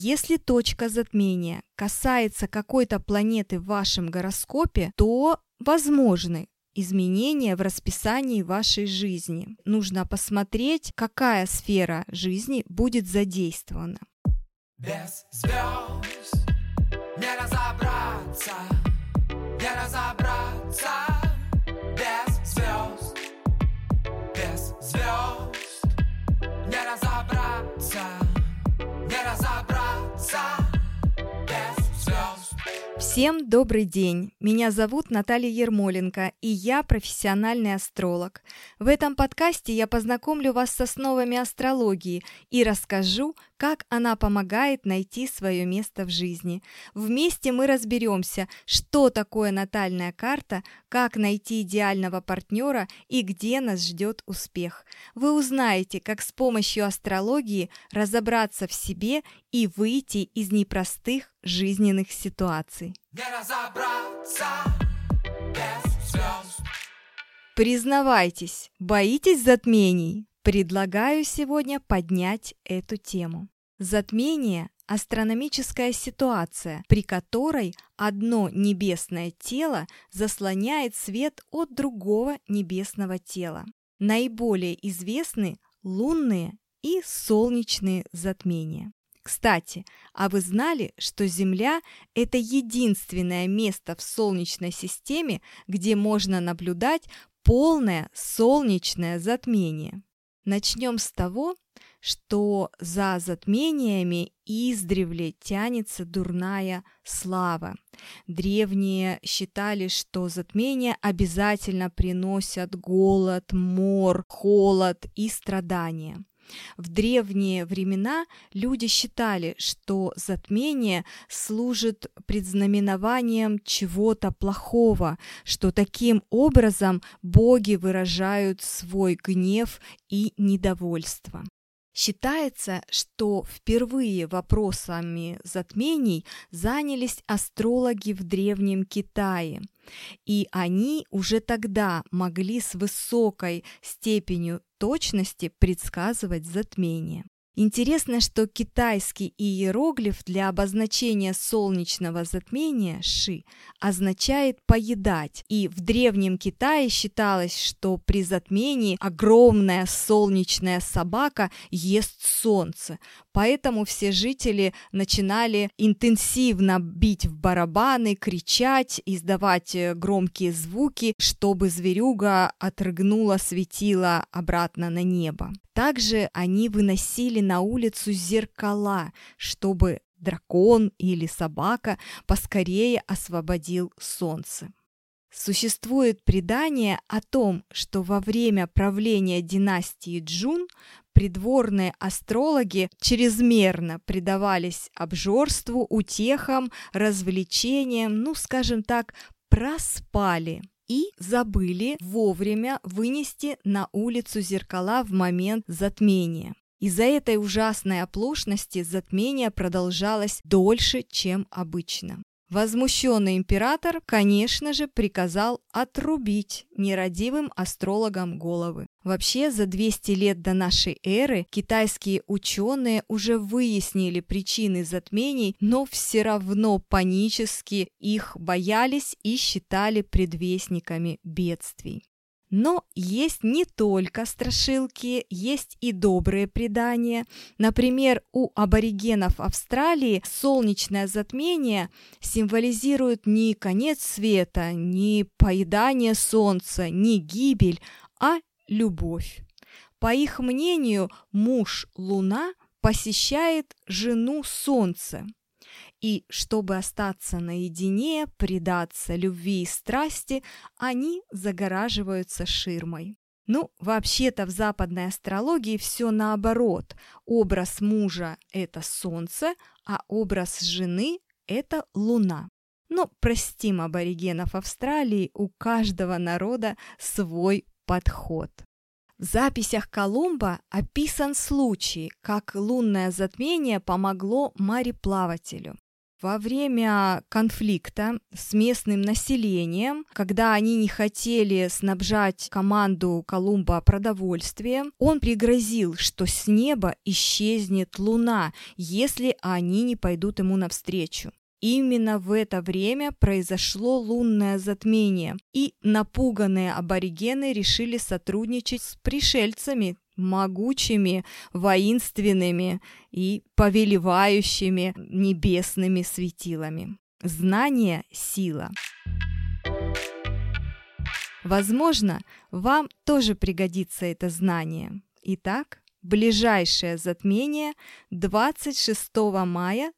Если точка затмения касается какой-то планеты в вашем гороскопе, то возможны изменения в расписании вашей жизни. Нужно посмотреть, какая сфера жизни будет задействована. Без звезд не разобраться, не разобраться. Без звезд не разобраться, не разобраться. Без звезд. Всем добрый день! Меня зовут Наталья Ермоленко, и я профессиональный астролог. В этом подкасте я познакомлю вас с основами астрологии и расскажу, как она помогает найти свое место в жизни. Вместе мы разберемся, что такое натальная карта, как найти идеального партнера и где нас ждет успех. Вы узнаете, как с помощью астрологии разобраться в себе и выйти из непростых жизненных ситуаций. Не разобраться без звезд. Признавайтесь, боитесь затмений? Предлагаю сегодня поднять эту тему. Затмение – астрономическая ситуация, при которой одно небесное тело заслоняет свет от другого небесного тела. Наиболее известны лунные и солнечные затмения. Кстати, а вы знали, что Земля – это единственное место в Солнечной системе, где можно наблюдать полное солнечное затмение? Начнем с того, что за затмениями издревле тянется дурная слава. Древние считали, что затмения обязательно приносят голод, мор, холод и страдания. В древние времена люди считали, что затмение служит предзнаменованием чего-то плохого, что таким образом боги выражают свой гнев и недовольство. Считается, что впервые вопросами затмений занялись астрологи в Древнем Китае, и они уже тогда могли с высокой степенью точности предсказывать затмение. Интересно, что китайский иероглиф для обозначения солнечного затмения «ши» означает «поедать», и в Древнем Китае считалось, что при затмении огромная солнечная собака ест солнце, поэтому все жители начинали интенсивно бить в барабаны, кричать, издавать громкие звуки, чтобы зверюга отрыгнула светило обратно на небо. Также они выносили на улицу зеркала, чтобы дракон или собака поскорее освободил солнце. Существует предание о том, что во время правления династии Джун придворные астрологи чрезмерно предавались обжорству, утехам, развлечениям, скажем так, проспали и забыли вовремя вынести на улицу зеркала в момент затмения. Из-за этой ужасной оплошности затмение продолжалось дольше, чем обычно. Возмущенный император, конечно же, приказал отрубить нерадивым астрологам головы. Вообще, за 200 лет до нашей эры китайские ученые уже выяснили причины затмений, но все равно панически их боялись и считали предвестниками бедствий. Но есть не только страшилки, есть и добрые предания. Например, у аборигенов Австралии солнечное затмение символизирует не конец света, не поедание солнца, не гибель, а любовь. По их мнению, муж Луна посещает жену Солнце. И чтобы остаться наедине, предаться любви и страсти, они загораживаются ширмой. Вообще-то в западной астрологии все наоборот. Образ мужа – это Солнце, а образ жены – это Луна. Но простим аборигенов Австралии, у каждого народа свой подход. В записях Колумба описан случай, как лунное затмение помогло мореплавателю. Во время конфликта с местным населением, когда они не хотели снабжать команду Колумба продовольствием, он пригрозил, что с неба исчезнет луна, если они не пойдут ему навстречу. Именно в это время произошло лунное затмение, и напуганные аборигены решили сотрудничать с пришельцами, могучими, воинственными и повелевающими небесными светилами. Знание – сила. Возможно, вам тоже пригодится это знание. Итак, ближайшее затмение 26 мая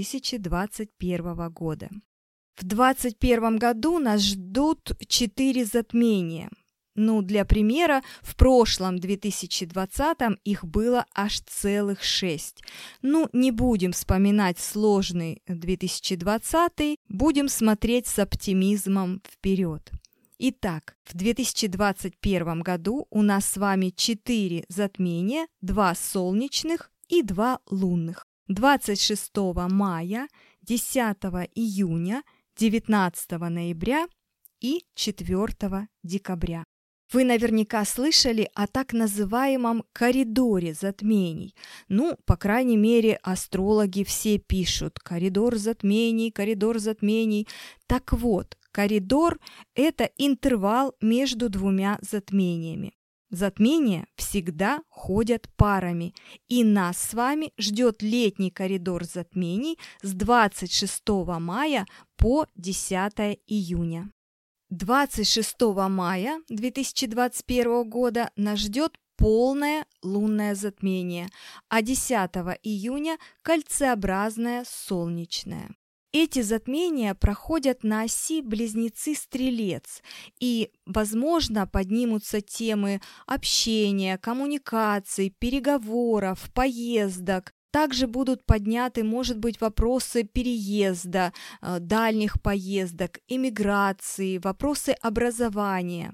2021 года. В 2021 году нас ждут 4 затмения. Для примера, в прошлом 2020 их было аж целых 6. Не будем вспоминать сложный 2020, будем смотреть с оптимизмом вперед. Итак, в 2021 году у нас с вами 4 затмения, 2 солнечных и 2 лунных. 26 мая, 10 июня, 19 ноября и 4 декабря. Вы наверняка слышали о так называемом коридоре затмений. По крайней мере, астрологи все пишут коридор затмений, коридор затмений. Так вот, коридор – это интервал между 2 затмениями. Затмения всегда ходят парами, и нас с вами ждет летний коридор затмений с 26 мая по 10 июня. 26 мая 2021 года нас ждет полное лунное затмение, а 10 июня – кольцеобразное солнечное. Эти затмения проходят на оси Близнецы-Стрелец, и, возможно, поднимутся темы общения, коммуникаций, переговоров, поездок. Также будут подняты, может быть, вопросы переезда, дальних поездок, эмиграции, вопросы образования.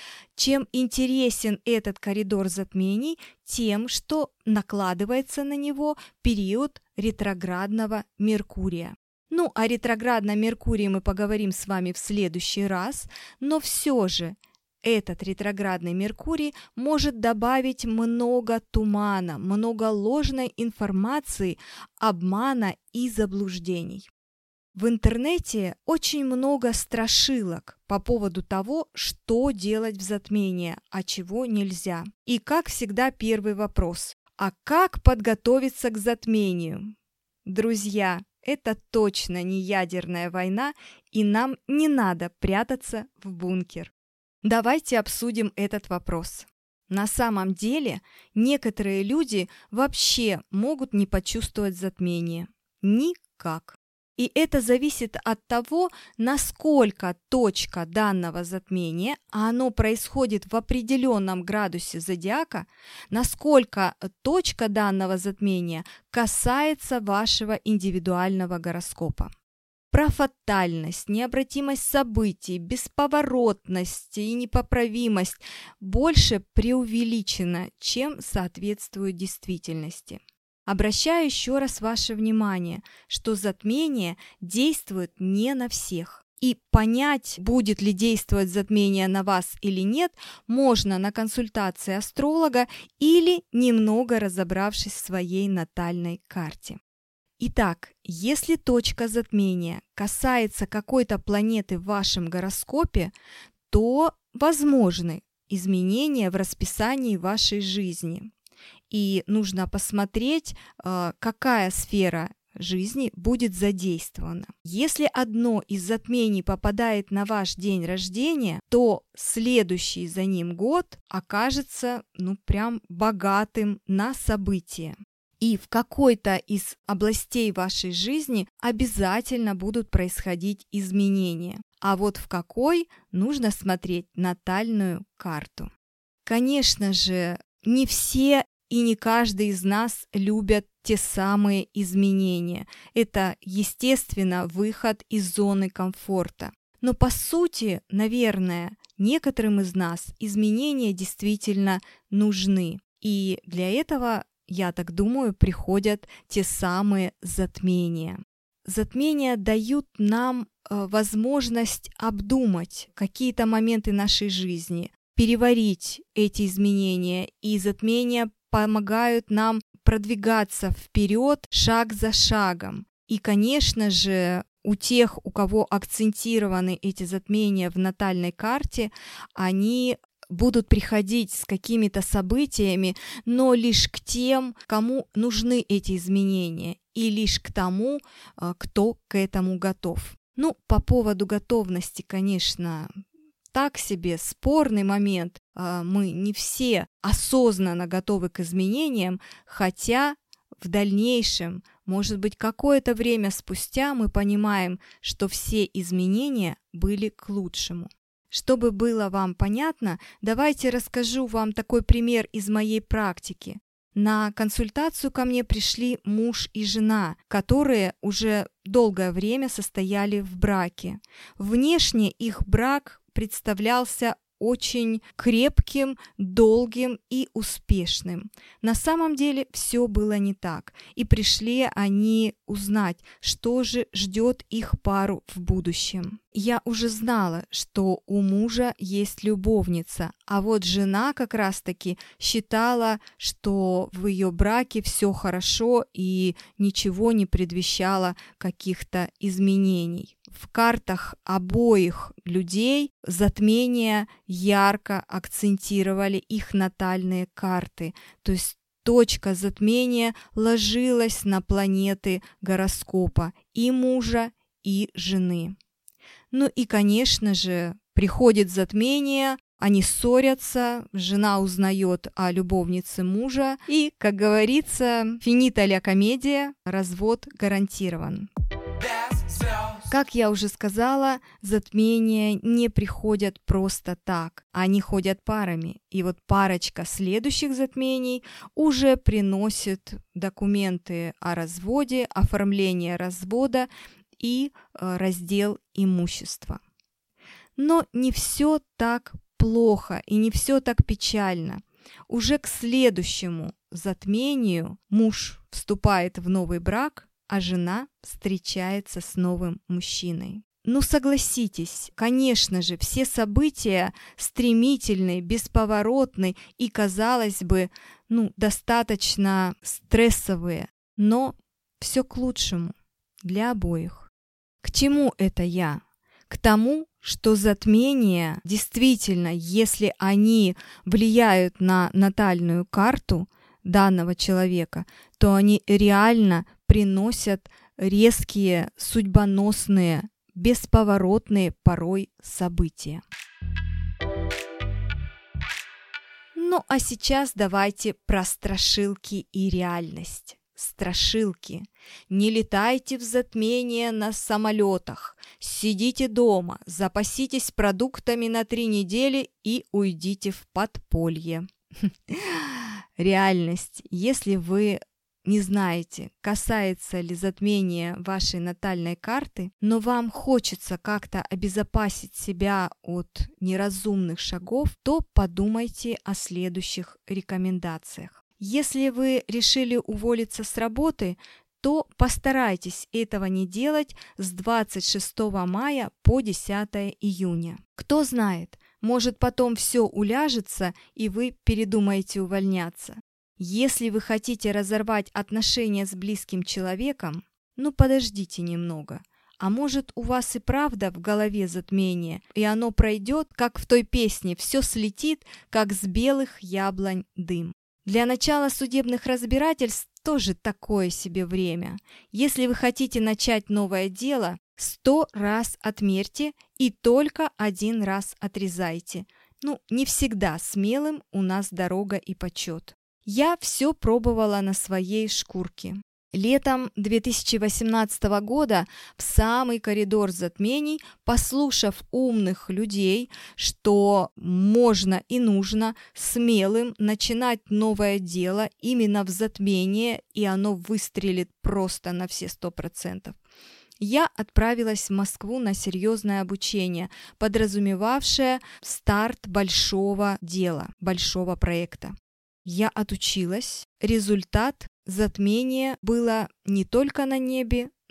Чем интересен этот коридор затмений? Тем, что накладывается на него период ретроградного Меркурия. О ретроградном Меркурии мы поговорим с вами в следующий раз, но все же этот ретроградный Меркурий может добавить много тумана, много ложной информации, обмана и заблуждений. В интернете очень много страшилок по поводу того, что делать в затмение, а чего нельзя. И, как всегда, первый вопрос: а как подготовиться к затмению? Друзья, это точно не ядерная война, и нам не надо прятаться в бункер. Давайте обсудим этот вопрос. На самом деле, некоторые люди вообще могут не почувствовать затмение. Никак. И это зависит от того, насколько точка данного затмения, а оно происходит в определенном градусе зодиака, насколько точка данного затмения касается вашего индивидуального гороскопа. Про фатальность, необратимость событий, бесповоротность и непоправимость больше преувеличено, чем соответствует действительности. Обращаю еще раз ваше внимание, что затмение действует не на всех. И понять, будет ли действовать затмение на вас или нет, можно на консультации астролога или немного разобравшись в своей натальной карте. Итак, если точка затмения касается какой-то планеты в вашем гороскопе, то возможны изменения в расписании вашей жизни. И нужно посмотреть, какая сфера жизни будет задействована. Если одно из затмений попадает на ваш день рождения, то следующий за ним год окажется прям богатым на события. И в какой-то из областей вашей жизни обязательно будут происходить изменения. А вот в какой, нужно смотреть натальную карту. Конечно же, не все и не каждый из нас любят те самые изменения. Это, естественно, выход из зоны комфорта. Но по сути, наверное, некоторым из нас изменения действительно нужны. И для этого, я так думаю, приходят те самые затмения. затмения дают нам возможность обдумать какие-то моменты нашей жизни, переварить эти изменения, и затмения помогают нам продвигаться вперед шаг за шагом. И, конечно же, у тех, у кого акцентированы эти затмения в натальной карте, они будут приходить с какими-то событиями, но лишь к тем, кому нужны эти изменения, и лишь к тому, кто к этому готов. По поводу готовности, конечно, так себе спорный момент. Мы не все осознанно готовы к изменениям, хотя в дальнейшем, может быть, какое-то время спустя мы понимаем, что все изменения были к лучшему. Чтобы было вам понятно, давайте расскажу вам такой пример из моей практики. На консультацию ко мне пришли муж и жена, которые уже долгое время состояли в браке. Внешне их брак представлялся очень крепким, долгим и успешным. На самом деле все было не так, и пришли они узнать, что же ждет их пару в будущем. Я уже знала, что у мужа есть любовница, а вот жена как раз-таки считала, что в ее браке все хорошо и ничего не предвещало каких-то изменений. В картах обоих людей затмения ярко акцентировали их натальные карты, то есть точка затмения ложилась на планеты гороскопа и мужа, и жены. И, конечно же, приходит затмение, они ссорятся, жена узнает о любовнице мужа, и, как говорится, финита ля комедия, развод гарантирован. Как я уже сказала, затмения не приходят просто так, они ходят парами. И вот парочка следующих затмений уже приносит документы о разводе, оформление развода и раздел имущества. Но не все так плохо и не все так печально. Уже к следующему затмению муж вступает в новый брак, а жена встречается с новым мужчиной. Согласитесь, конечно же, все события стремительные, бесповоротные и, казалось бы, достаточно стрессовые, но все к лучшему для обоих. К чему это я? К тому, что затмения действительно, если они влияют на натальную карту данного человека, то они реально приносят резкие, судьбоносные, бесповоротные порой события. А сейчас давайте про страшилки и реальность. Страшилки. Не летайте в затмение на самолетах. Сидите дома, запаситесь продуктами на 3 недели и уйдите в подполье. Реальность. Если вы не знаете, касается ли затмения вашей натальной карты, но вам хочется как-то обезопасить себя от неразумных шагов, то подумайте о следующих рекомендациях. Если вы решили уволиться с работы, то постарайтесь этого не делать с 26 мая по 10 июня. Кто знает, может потом все уляжется и вы передумаете увольняться. Если вы хотите разорвать отношения с близким человеком, подождите немного. А может, у вас и правда в голове затмение, и оно пройдет, как в той песне «Все слетит, как с белых яблонь дым». Для начала судебных разбирательств тоже такое себе время. Если вы хотите начать новое дело, 100 раз отмерьте и только 1 раз отрезайте. Не всегда смелым у нас дорога и почет. Я все пробовала на своей шкурке. Летом 2018 года в самый коридор затмений, послушав умных людей, что можно и нужно смелым начинать новое дело именно в затмение, и оно выстрелит просто на все 100%. Я отправилась в Москву на серьезное обучение, подразумевавшее старт большого дела, большого проекта. Я отучилась, результат затмения было не только на небе,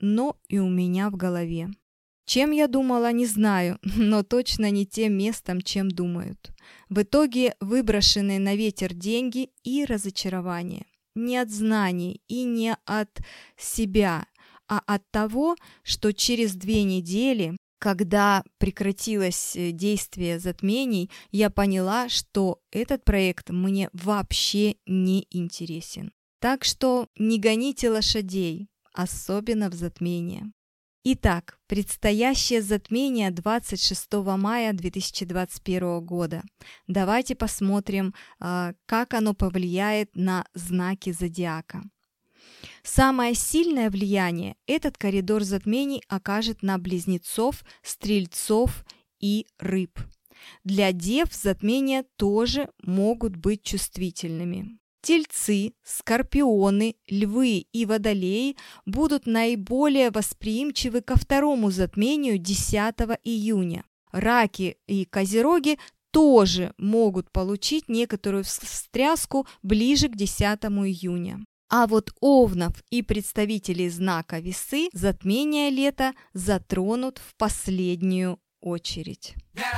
но и у меня в голове. Чем я думала, не знаю, но точно не тем местом, чем думают. В итоге выброшены на ветер деньги и разочарование. Не от знаний и не от себя, а от того, что через 2 недели, когда прекратилось действие затмений, я поняла, что этот проект мне вообще не интересен. Так что не гоните лошадей, особенно в затмение. Итак, предстоящее затмение 26 мая 2021 года. Давайте посмотрим, как оно повлияет на знаки зодиака. Самое сильное влияние этот коридор затмений окажет на Близнецов, Стрельцов и Рыб. Для Дев затмения тоже могут быть чувствительными. Тельцы, Скорпионы, Львы и Водолеи будут наиболее восприимчивы ко второму затмению 10 июня. Раки и Козероги тоже могут получить некоторую встряску ближе к 10 июня. А вот Овнов и представителей знака Весы затмение лета затронут в последнюю очередь.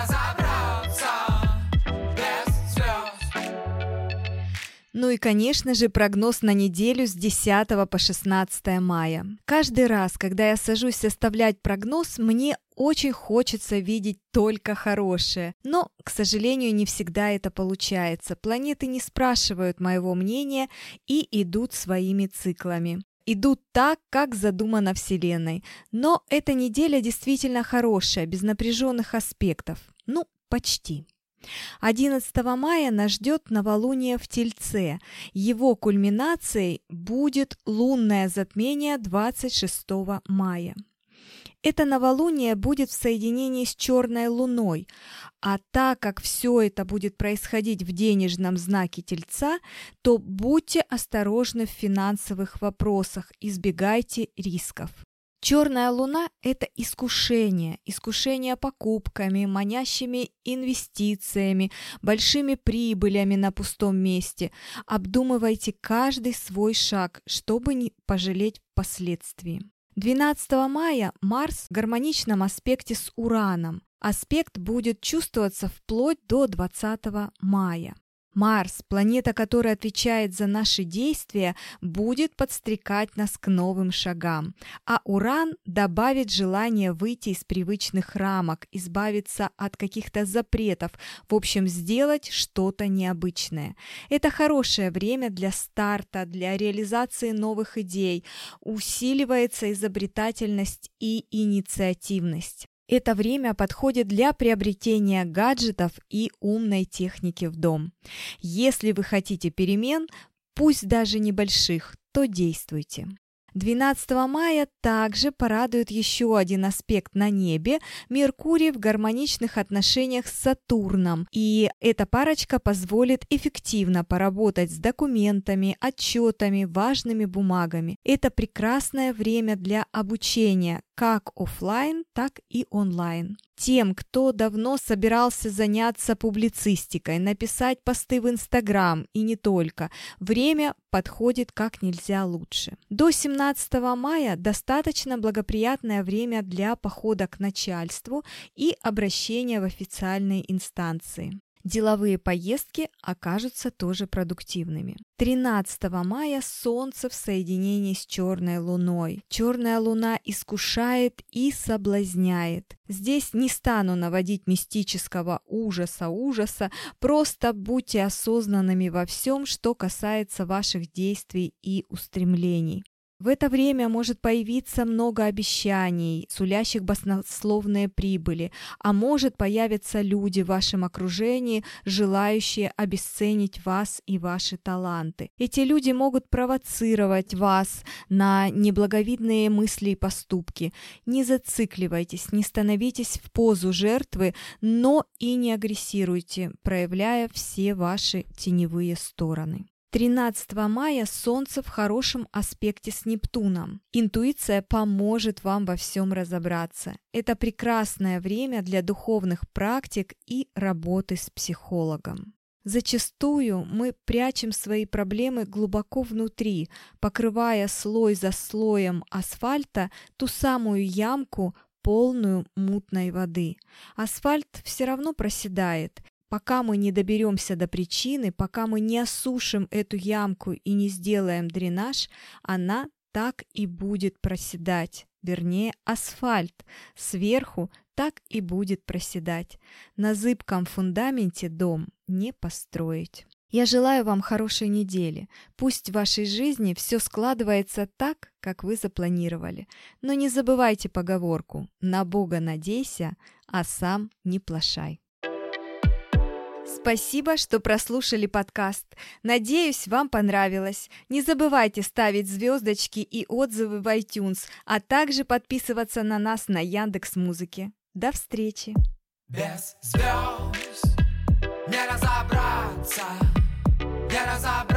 Ну и, конечно же, прогноз на неделю с 10 по 16 мая. Каждый раз, когда я сажусь составлять прогноз, мне очень хочется видеть только хорошее. Но, к сожалению, не всегда это получается. Планеты не спрашивают моего мнения и идут своими циклами. Идут так, как задумано Вселенной. Но эта неделя действительно хорошая, без напряженных аспектов. Ну, почти. 11 мая нас ждет новолуние в Тельце. Его кульминацией будет лунное затмение 26 мая. Это новолуние будет в соединении с черной луной, а так как все это будет происходить в денежном знаке Тельца, то будьте осторожны в финансовых вопросах, избегайте рисков. Черная луна – это искушение покупками, манящими инвестициями, большими прибылями на пустом месте. Обдумывайте каждый свой шаг, чтобы не пожалеть впоследствии. 12 мая Марс в гармоничном аспекте с Ураном. Аспект будет чувствоваться вплоть до 20 мая. Марс, планета, которая отвечает за наши действия, будет подстрекать нас к новым шагам, а Уран добавит желание выйти из привычных рамок, избавиться от каких-то запретов, в общем, сделать что-то необычное. Это хорошее время для старта, для реализации новых идей, усиливается изобретательность и инициативность. Это время подходит для приобретения гаджетов и умной техники в дом. Если вы хотите перемен, пусть даже небольших, то действуйте. 12 мая также порадует еще один аспект на небе – Меркурий в гармоничных отношениях с Сатурном. И эта парочка позволит эффективно поработать с документами, отчетами, важными бумагами. Это прекрасное время для обучения, как офлайн, так и онлайн. Тем, кто давно собирался заняться публицистикой, написать посты в Инстаграм и не только, время подходит как нельзя лучше. До 17 мая достаточно благоприятное время для похода к начальству и обращения в официальные инстанции. Деловые поездки окажутся тоже продуктивными. 13 мая Солнце в соединении с черной луной. Черная луна искушает и соблазняет. Здесь не стану наводить мистического ужаса, просто будьте осознанными во всем, что касается ваших действий и устремлений. В это время может появиться много обещаний, сулящих баснословные прибыли, а может появятся люди в вашем окружении, желающие обесценить вас и ваши таланты. Эти люди могут провоцировать вас на неблаговидные мысли и поступки. Не зацикливайтесь, не становитесь в позу жертвы, но и не агрессируйте, проявляя все ваши теневые стороны. 13 мая Солнце в хорошем аспекте с Нептуном. Интуиция поможет вам во всем разобраться. Это прекрасное время для духовных практик и работы с психологом. Зачастую мы прячем свои проблемы глубоко внутри, покрывая слой за слоем асфальта ту самую ямку, полную мутной воды. Асфальт все равно проседает. Пока мы не доберемся до причины, пока мы не осушим эту ямку и не сделаем дренаж, она так и будет проседать. Вернее, асфальт сверху так и будет проседать. На зыбком фундаменте дом не построить. Я желаю вам хорошей недели. Пусть в вашей жизни все складывается так, как вы запланировали. Но не забывайте поговорку «На Бога надейся, а сам не плашай». Спасибо, что прослушали подкаст. Надеюсь, вам понравилось. Не забывайте ставить звездочки и отзывы в iTunes, а также подписываться на нас на Яндекс.Музыке. До встречи! Без звезд не разобраться, не разобраться.